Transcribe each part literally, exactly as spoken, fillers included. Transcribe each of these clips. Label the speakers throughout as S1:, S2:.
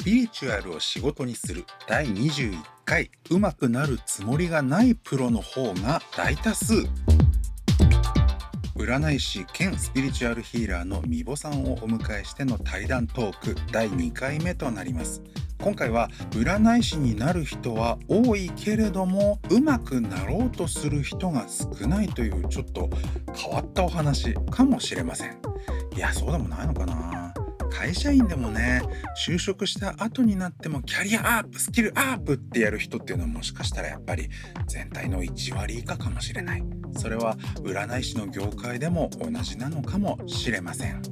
S1: ピリチュアルを仕事にするだいにじゅういっかい、上手くなるつもりがないプロの方が大多数。占い師兼スピリチュアルヒーラーのみぼさんをお迎えしての対談トークだいにかいめとなります。今回は占い師になる人は多いけれども上手くなろうとする人が少ないというちょっと変わったお話かもしれません。いや、そうでもないのかな。会社員でもね、就職した後になってもキャリアアップ、スキルアップってやる人っていうのはもしかしたらやっぱり全体のいちわり以下かもしれない。それは占い師の業界でも同じなのかもしれません。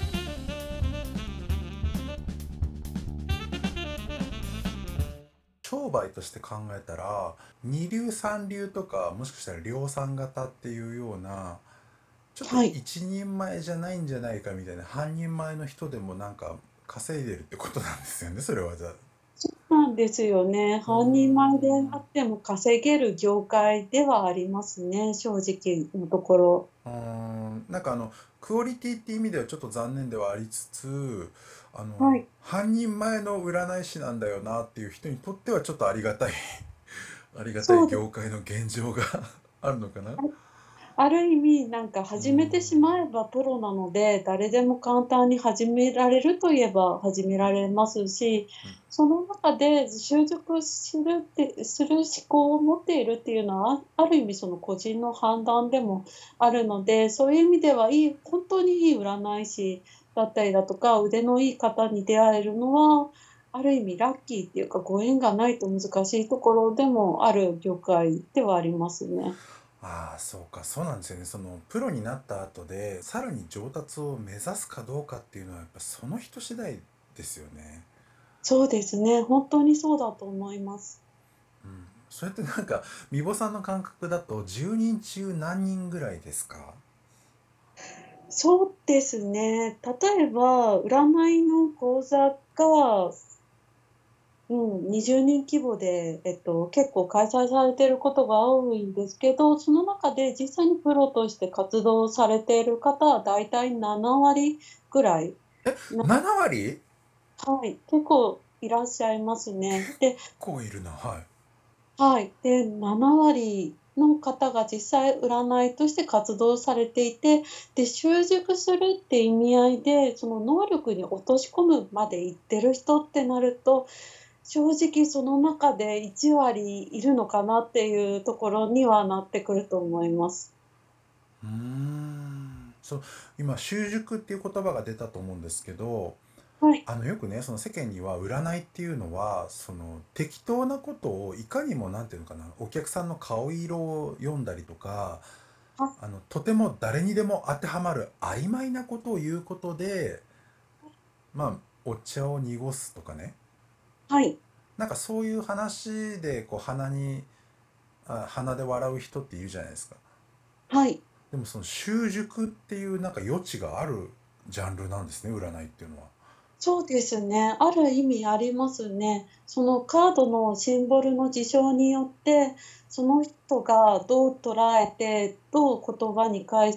S1: 商売として考えたら二流三流とかもしかしたら量産型っていうようなちょっと
S2: はい。
S1: 一人前じゃないんじゃないかみたいな半人前の人でもなんか稼いでるってことなんですよね、それは。じゃあ
S2: そうなんですよね。
S1: うー
S2: 半人前であ
S1: ん
S2: っても稼げる業界ではありますね、正直のところ。
S1: うーんなんかあのクオリティっていう意味ではちょっと残念ではありつつ、あの
S2: はい。
S1: 半人前の占い師なんだよなっていう人にとってはちょっとありがたいありがたい
S2: そうです。
S1: 業界の現状があるのかな。う
S2: ある意味、なんか
S1: ー
S2: 始めてし
S1: ん
S2: まえばプロなので、誰でも簡単に始められるといえば始められますし、その中で習熟するってする思考を持っているっていうのは、あある意味その個人の判断でもあるので、そういう意味ではいい本当にいい占い師だったりだとか、腕のいい方に出会えるのは、ある意味ラッキーっていうか、ご縁がないと難しいところでもある業界ではありますね。
S1: ああ、そうか、そうなんですよね。そのプロになった後でさらに上達を目指すかどうかっていうのはやっぱその人次第ですよね。
S2: そうですね、本当にそうだと思います。
S1: うん、それってなんかみぼさんの感覚だとじゅうにん中何人ぐらいですか？
S2: そうですね、例えば占いの講座が、うん、にじゅうにん規模で、えっと、結構開催されていることが多いんですけど、その中で実際にプロとして活動されている方はだいたいなな割ぐらい、な
S1: なな割？
S2: はい、結構いらっしゃいますね。で、
S1: こういるな、はい。
S2: はい。で、なな割の方が実際占いとして活動されていて、で、習熟するって意味合いで、その能力に落とし込むまでいってる人ってなると、正直その中でいち割いるのかなっていうところにはなってくると思います。
S1: うーんそう今習熟っていう言葉が出たと思うんですけど、
S2: はい。
S1: あのよくね、その世間には占いっていうのはその適当なことをいかにもなんていうのかな、お客さんの顔色を読んだりとか、
S2: あ、
S1: あのとても誰にでも当てはまる曖昧なことを言うことで、まあお茶を濁すとかね、
S2: はい。
S1: なんかそういう話でこう鼻にあ鼻で笑う人っているじゃないですか。
S2: はい。
S1: でもその習熟っていうなんか余地があるジャンルなんですね、占いっていうのは。
S2: そうですね。ある意味ありますね。そのカードのシンボルの事象によって、その人がどう捉えて、どう言葉に返して、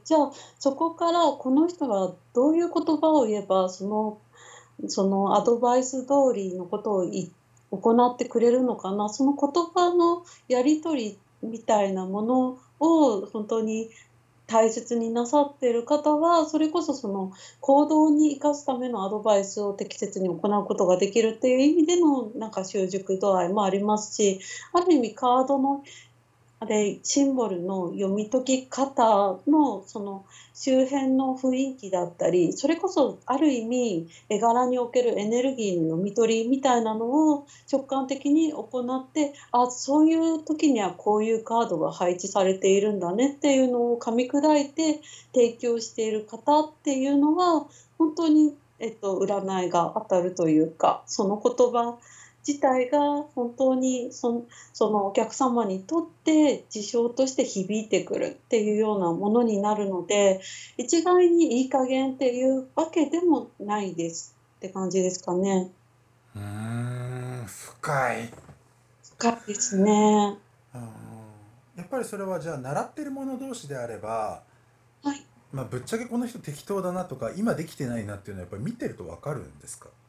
S2: じゃあそこからこの人はどういう言葉を言えば、そのそのアドバイス通りのことをい行ってくれるのかな、その言葉のやり取りみたいなものを本当に大切になさっている方は、それこそその行動に生かすためのアドバイスを適切に行うことができるっていう意味でのなんか習熟度合いもありますし、ある意味カードのあれ、シンボルの読み解き方の、その周辺の雰囲気だったり、それこそある意味、絵柄におけるエネルギーの読み取りみたいなのを直感的に行って、あ、そういう時にはこういうカードが配置されているんだねっていうのを噛み砕いて提供している方っていうのは、本当に、えっと、占いが当たるというか、その言葉自体が本当にそのそのお客様にとって事象として響いてくるっていうようなものになるので、一概にいい加減っていうわけでもないですって感じですかね。
S1: うーん深い。
S2: 深いですね。
S1: うんやっぱりそれはじゃあ習ってる者同士であれば、
S2: はい。
S1: まあ、ぶっちゃけこの人適当だなとか今できてないなっていうのはやっぱり見てるとわかるんですか？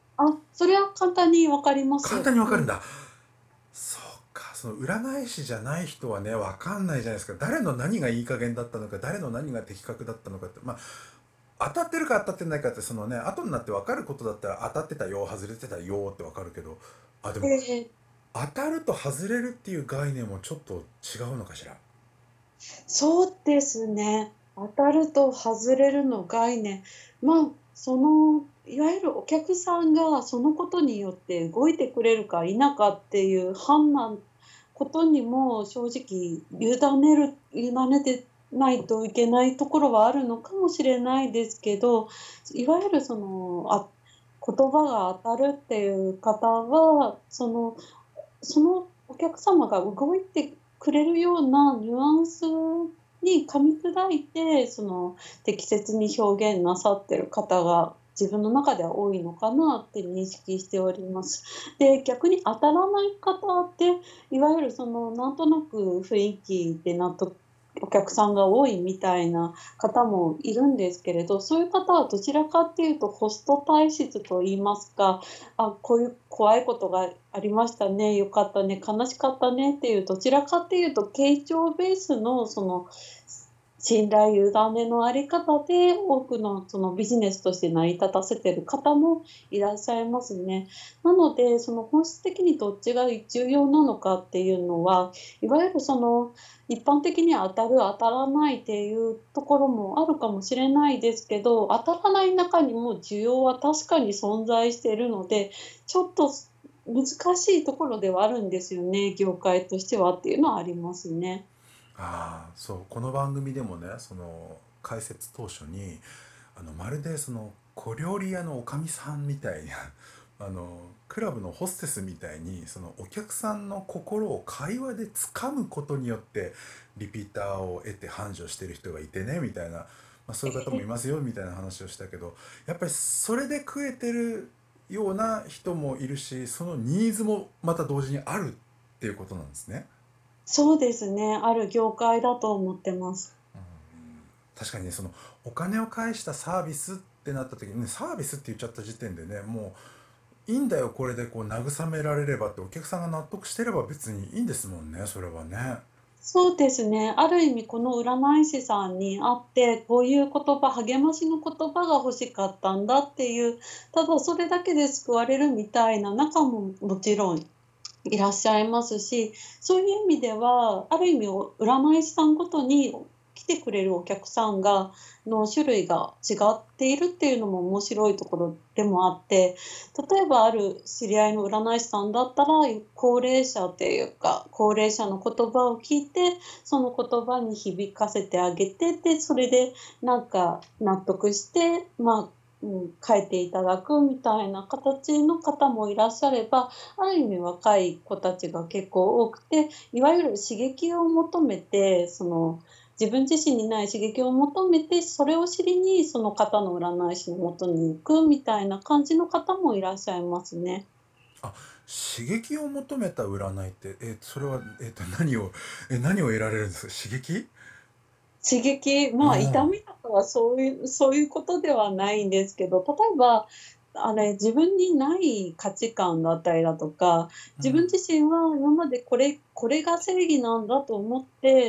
S2: それは簡単にわかります。
S1: 簡単にわか
S2: うん。
S1: るんだ。そうか、その占い師じゃない人はね、わかんないじゃないですか。誰の何がいい加減だったのか、誰の何が的確だったのかって、まあ、当たってるか当たってないかって、そのね、後になってわかることだったら、当たってたよ、外れてたよってわかるけど、あ、でも、
S2: ええ、
S1: 当たると外れるっていう概念もちょっと違うのかしら。
S2: そうですね。当たると外れるの概念。まあ、その、いわゆるお客さんがそのことによって動いてくれるか否かっていう判断ことにも正直委ねる、委ねてないといけないところはあるのかもしれないですけど、いわゆるその、あ、言葉が当たるっていう方は、その、そのお客様が動いてくれるようなニュアンスに噛み砕いて、その適切に表現なさってる方が自分の中では多いのかなって認識しております。で、逆に当たらない方って、いわゆるそのなんとなく雰囲気で納得お客さんが多いみたいな方もいるんですけれど、そういう方はどちらかっていうとホスト体質と言いますか、あ、こういう怖いことがありましたね、よかったね、悲しかったねっていう、どちらかっていうと、傾聴ベースのその信頼委ねのあり方で、多くのそのビジネスとして成り立たせている方もいらっしゃいますね。なので、その本質的にどっちが重要なのかっていうのは、いわゆるその一般的には当たる、当たらないっていうところもあるかもしれないですけど、当たらない中にも需要は確かに存在しているので、ちょっと難しいところではあるんですよね、業界としてはっていうのはありますね。
S1: ああ、そう、この番組でもね、その解説当初に、あのまるでその小料理屋のおかみさんみたいなあのクラブのホステスみたいに、そのお客さんの心を会話で掴むことによってリピーターを得て繁盛してる人がいてねみたいな、まあ、そういう方もいますよみたいな話をしたけど、やっぱりそれで食えてるような人もいるし、そのニーズもまた同時にあるっていうことなんですね。
S2: そうですね、ある業界だと思ってます。
S1: うん、確かにね、そのお金を返したサービスってなった時にね、サービスって言っちゃった時点でね、もういいんだよ、これでこう慰められればって、お客さんが納得してれば別にいいんですもんね、それはね。
S2: そうですね。ある意味この占い師さんに会って、こういう言葉、励ましの言葉が欲しかったんだっていう、ただそれだけで救われるみたいな中ももちろんいらっしゃいますし、そういう意味では、ある意味お占い師さんごとに来てくれるお客さんがの種類が違っているっていうのも面白いところでもあって、例えばある知り合いの占い師さんだったら、高齢者っていうか、高齢者の言葉を聞いて、その言葉に響かせてあげて、で、それでなんか納得して、まあ、うん、書いていただくみたいな形の方もいらっしゃれば、ある意味若い子たちが結構多くて、いわゆる刺激を求めて、その自分自身にない刺激を求めて、それを知りにその方の占い師のもとに行くみたいな感じの方もいらっしゃいますね。
S1: あ、刺激を求めた占いって、えそれは、えっと何をえ何を得られるんですか、刺激？
S2: 刺激、まあ、痛
S1: うん。
S2: みとかはそういうそういうことではないんですけど、例えば、あれ、自分にない価値観だったりだとか、
S1: うん。
S2: 自分自身は今までこれこれが正義なんだと思って、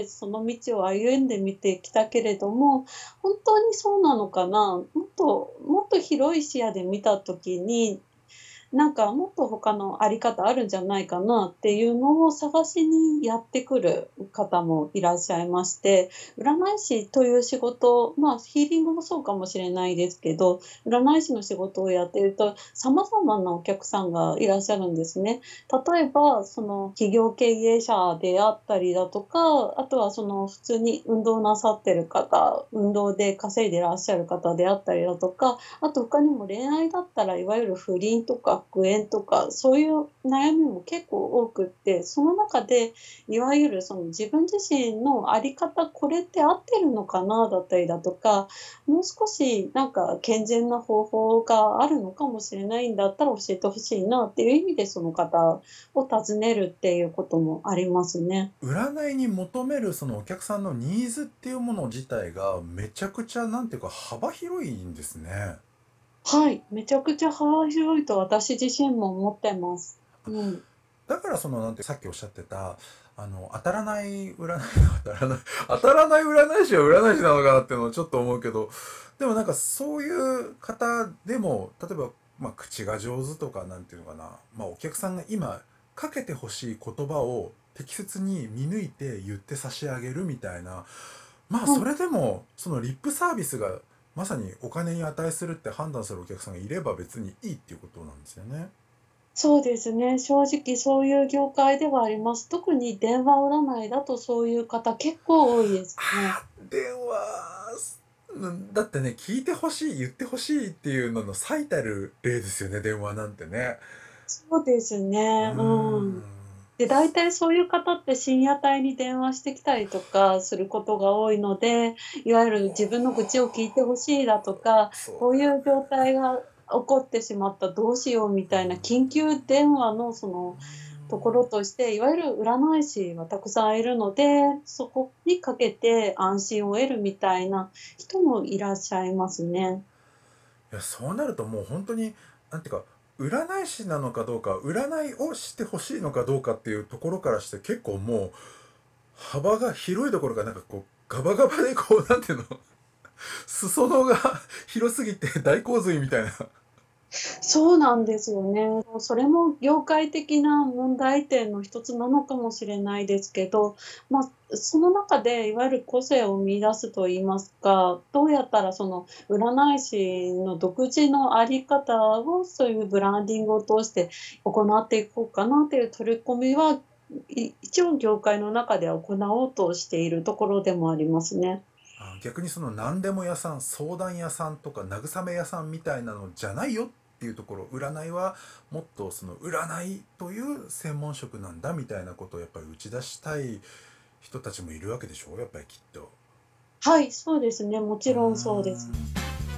S2: その道を歩んでみてきたけれども、本当にそうなのかな、もっともっと広い視野で見た時に、なんかもっと他のあり方あるんじゃないかなっていうのを探しにやってくる方もいらっしゃいまして、占い師という仕事、まあ、ヒーリングもそうかもしれないですけど、占い師の仕事をやっていると様々なお客さんがいらっしゃるんですね。例えば、その企業経営者であったりだとか、あとはその普通に運動なさってる方、運動で稼いでらっしゃる方であったりだとか、あと他にも恋愛だったらいわゆる不倫とか復縁とかそういう悩みも結構多くって、その中でいわゆるその自分自身の在り方、これって合ってるのかなだったりだとか、もう少しなんか健全な方法があるのかもしれないんだったら教えてほしいなっていう意味で、その方を訪ねるっていうこともありますね。
S1: 占いに求めるそのお客さんのニーズっていうもの自体がめちゃくちゃなんていうか幅広いんですね。
S2: はい、めちゃくちゃ幅広いと私自身も思ってます。うん。
S1: だからそのなんてさっきおっしゃってたあの当たらない占い当たらない当たらない占い師は占い師なのかなっていうのをちょっと思うけど、でもなんかそういう方でも例えば、まあ、口が上手とかなんていうのかな、まあ、お客さんが今かけてほしい言葉を適切に見抜いて言って差し上げるみたいな、まあ
S2: はい。
S1: それでもそのリップサービスがまさにお金に値するって判断するお客さんがいれば別にいいっていうことなんですよね。
S2: そうですね。正直そういう業界ではあります。特に電話占いだとそういう方結構多いですね。
S1: あー電話うんだってね、聞いてほしい言ってほしいっていうのの最たる例ですよね、電話なんてね。
S2: そうです
S1: うー
S2: ね。うん。
S1: ん。
S2: で、大体そういう方って深夜帯に電話してきたりとかすることが多いので、いわゆる自分の愚痴を聞いてほしいだとか、
S1: そうだよ。
S2: こういう状態が起こってしまった、どうしようみたいな緊急電話のそのところとして、いわゆる占い師はたくさんいるので、そこにかけて安心を得るみたいな人もいらっしゃいますね。
S1: いやそうなるともう本当になんていうか占い師なのかどうか占いをしてほしいのかどうかっていうところからして結構もう幅が広いどころかなんかこうガバガバでこうなんていうの裾野が広すぎて大洪水みたいな。
S2: そうなんですよね。それも業界的な問題点の一つなのかもしれないですけど、まあ、その中でいわゆる個性を見出すと言いますか、どうやったらその占い師の独自のあり方をそういうブランディングを通して行っていこうかなという取り組みは、い一応業界の中では行おうとしているところでもありますね。
S1: あ逆にその何でも屋さん相談屋さんとか慰め屋さんみたいなのじゃないよっていうところ、占いはもっとその占いという専門職なんだみたいなことをやっぱり打ち出したい人たちもいるわけでしょうやっぱりきっと。
S2: はい、そうですね。も
S1: うー
S2: ちろんそうです。
S1: ん。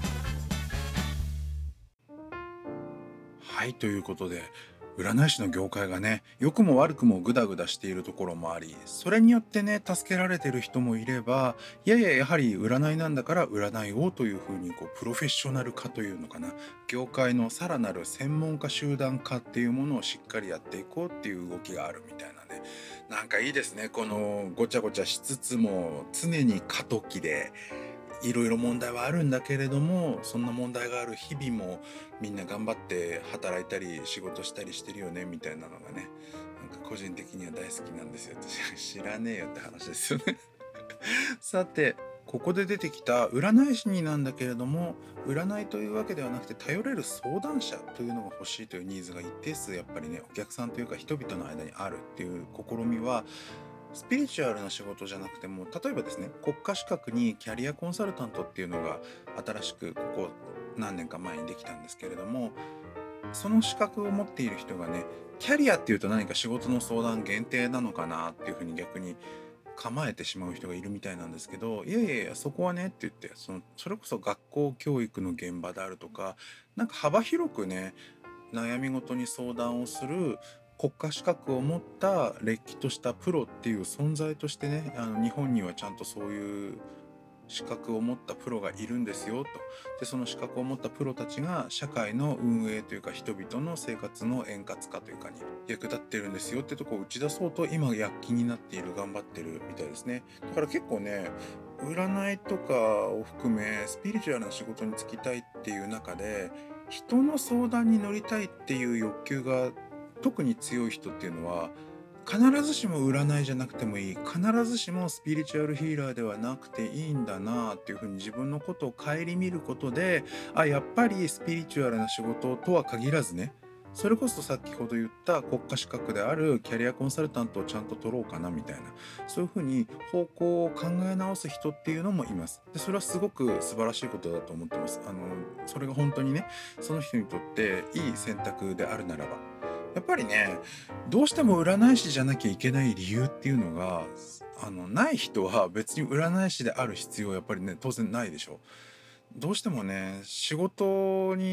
S1: はい、ということで占い師の業界がね良くも悪くもグダグダしているところもあり、それによってね助けられてる人もいれば、いやいややはり占いなんだから占いをというふうにこうプロフェッショナル化というのかな、業界のさらなる専門家集団化っていうものをしっかりやっていこうっていう動きがあるみたいなね。なんかいいですね、このごちゃごちゃしつつも常に過渡期でいろいろ問題はあるんだけれども、そんな問題がある日々もみんな頑張って働いたり仕事したりしてるよねみたいなのがね、なんか個人的には大好きなんですよ。知らねえよって話ですよね。さてここで出てきた占い師になんだけれども、占いというわけではなくて頼れる相談者というのが欲しいというニーズが一定数やっぱりねお客さんというか人々の間にあるっていう試みは、スピリチュアルな仕事じゃなくても、例えばですね国家資格にキャリアコンサルタントっていうのが新しくここ何年か前にできたんですけれども、その資格を持っている人がね、キャリアっていうと何か仕事の相談限定なのかなっていうふうに逆に構えてしまう人がいるみたいなんですけど、いやいやいやそこはねって言って、そのそれこそ学校教育の現場であるとか、なんか幅広くね悩み事に相談をする国家資格を持ったれっきとしたプロっていう存在としてね、あの日本にはちゃんとそういう資格を持ったプロがいるんですよと。でその資格を持ったプロたちが社会の運営というか人々の生活の円滑化というかに役立ってるんですよってとこを打ち出そうと今躍起になっている、頑張ってるみたいですね。だから結構ね占いとかを含めスピリチュアルな仕事に就きたいっていう中で人の相談に乗りたいっていう欲求が特に強い人っていうのは、必ずしも占いじゃなくてもいい、必ずしもスピリチュアルヒーラーではなくていいんだなっていうふうに自分のことを顧みることで、あやっぱりスピリチュアルな仕事とは限らずね、それこそさっきほど言った国家資格であるキャリアコンサルタントをちゃんと取ろうかなみたいな、そういうふうに方向を考え直す人っていうのもいます。でそれはすごく素晴らしいことだと思ってます。あのそれが本当にねその人にとっていい選択であるならば、やっぱりねどうしても占い師じゃなきゃいけない理由っていうのがあのない人は別に占い師である必要はやっぱりね当然ないでしょ。どうしてもね仕事に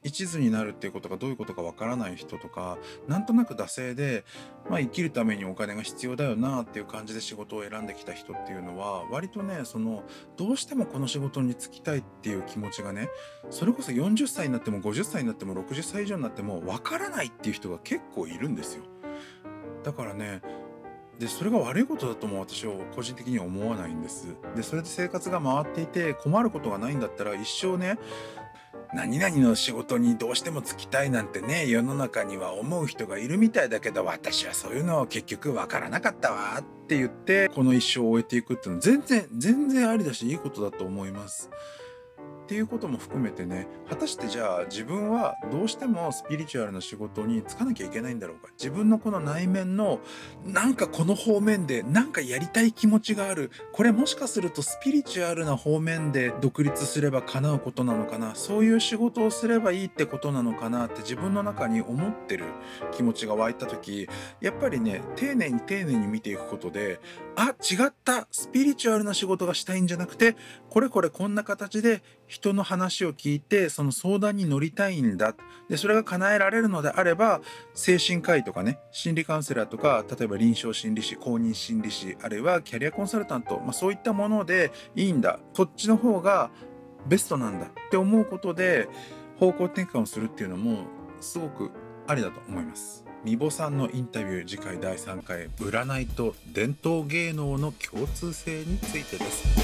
S1: 一途になるっていうことがどういうことかわからない人とか、なんとなく惰性で、まあ、生きるためにお金が必要だよなっていう感じで仕事を選んできた人っていうのは、割とね、そのどうしてもこの仕事に就きたいっていう気持ちがね、それこそよんじゅっさいになってもごじゅっさいになってもろくじゅっさい以上になってもわからないっていう人が結構いるんですよ。だからね、で、それが悪いことだとも私は個人的には思わないんです。で、それで生活が回っていて困ることがないんだったら、一生ね、何々の仕事にどうしても就きたいなんてね、世の中には思う人がいるみたいだけど、私はそういうの結局わからなかったわって言って、この一生を終えていくっていうのは全然、全然ありだし、いいことだと思います。っていうことも含めてね、果たしてじゃあ自分はどうしてもスピリチュアルな仕事に就かなきゃいけないんだろうか。自分のこの内面のなんかこの方面でなんかやりたい気持ちがある。これもしかするとスピリチュアルな方面で独立すれば叶うことなのかな。そういう仕事をすればいいってことなのかなって自分の中に思ってる気持ちが湧いた時、やっぱりね、丁寧に丁寧に見ていくことで、あ、違った。スピリチュアルな仕事がしたいんじゃなくて、これこれこんな形で人の話を聞いてその相談に乗りたいんだ。で、それが叶えられるのであれば、精神科医とかね、心理カウンセラーとか、例えば臨床心理士、公認心理師、あるいはキャリアコンサルタント、まあそういったものでいいんだ。そっちの方がベストなんだって思うことで、方向転換をするっていうのもすごくありだと思います。みぼさんのインタビュー、次回だいさんかい、占いと伝統芸能の共通性についてです。